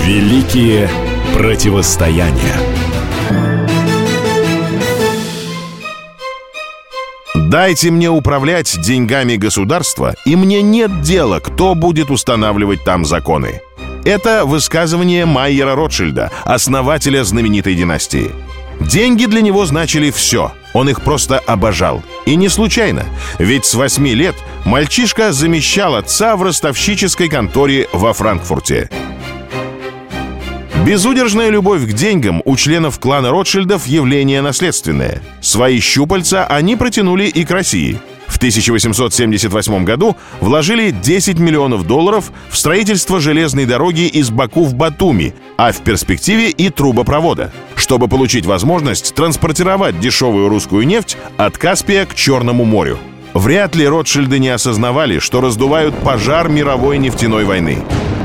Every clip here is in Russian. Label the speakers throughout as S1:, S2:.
S1: Великие противостояния.
S2: Дайте мне управлять деньгами государства, и мне нет дела, кто будет устанавливать там законы. Это высказывание Майера Ротшильда, основателя знаменитой династии. Деньги для него значили все. Он их просто обожал. И не случайно. Ведь с 8 лет мальчишка замещал отца в ростовщической конторе во Франкфурте. Безудержная любовь к деньгам у членов клана Ротшильдов явление наследственное. Свои щупальца они протянули и к России. В 1878 году вложили $10 миллионов в строительство железной дороги из Баку в Батуми, а в перспективе и трубопровода, чтобы получить возможность транспортировать дешевую русскую нефть от Каспия к Черному морю. Вряд ли Ротшильды не осознавали, что раздувают пожар мировой нефтяной войны.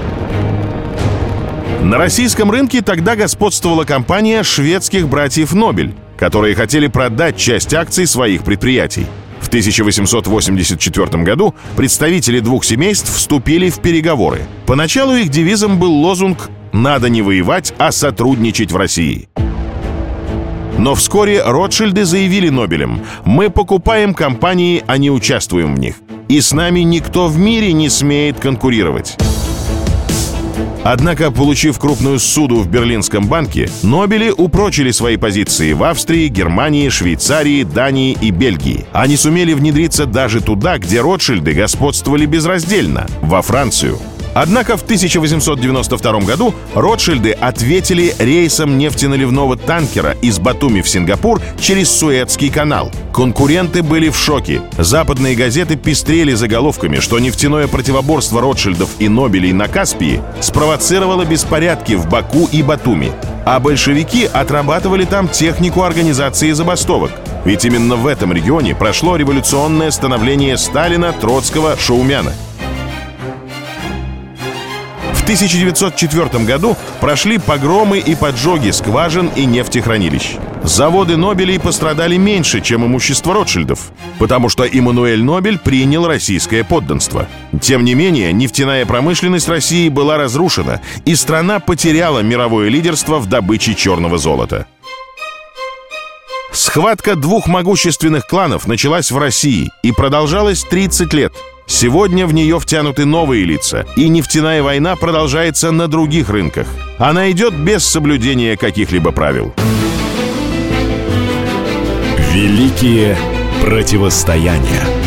S2: На российском рынке тогда господствовала компания шведских братьев Нобель, которые хотели продать часть акций своих предприятий. В 1884 году представители двух семейств вступили в переговоры. Поначалу их девизом был лозунг «Надо не воевать, а сотрудничать в России». Но вскоре Ротшильды заявили Нобелям: «Мы покупаем компании, а не участвуем в них. И с нами никто в мире не смеет конкурировать». Однако, получив крупную ссуду в Берлинском банке, Нобели упрочили свои позиции в Австрии, Германии, Швейцарии, Дании и Бельгии. Они сумели внедриться даже туда, где Ротшильды господствовали безраздельно – во Францию. Однако в 1892 году Ротшильды ответили рейсом нефтеналивного танкера из Батуми в Сингапур через Суэцкий канал. Конкуренты были в шоке. Западные газеты пестрели заголовками, что нефтяное противоборство Ротшильдов и Нобелей на Каспии спровоцировало беспорядки в Баку и Батуми. А большевики отрабатывали там технику организации забастовок. Ведь именно в этом регионе прошло революционное становление Сталина, Троцкого, Шаумяна. В 1904 году прошли погромы и поджоги скважин и нефтехранилищ. Заводы Нобелей пострадали меньше, чем имущество Ротшильдов, потому что Эммануэль Нобель принял российское подданство. Тем не менее, нефтяная промышленность России была разрушена, и страна потеряла мировое лидерство в добыче черного золота. Схватка двух могущественных кланов началась в России и продолжалась 30 лет. Сегодня в нее втянуты новые лица, и нефтяная война продолжается на других рынках. Она идет без соблюдения каких-либо правил.
S1: Великие противостояния.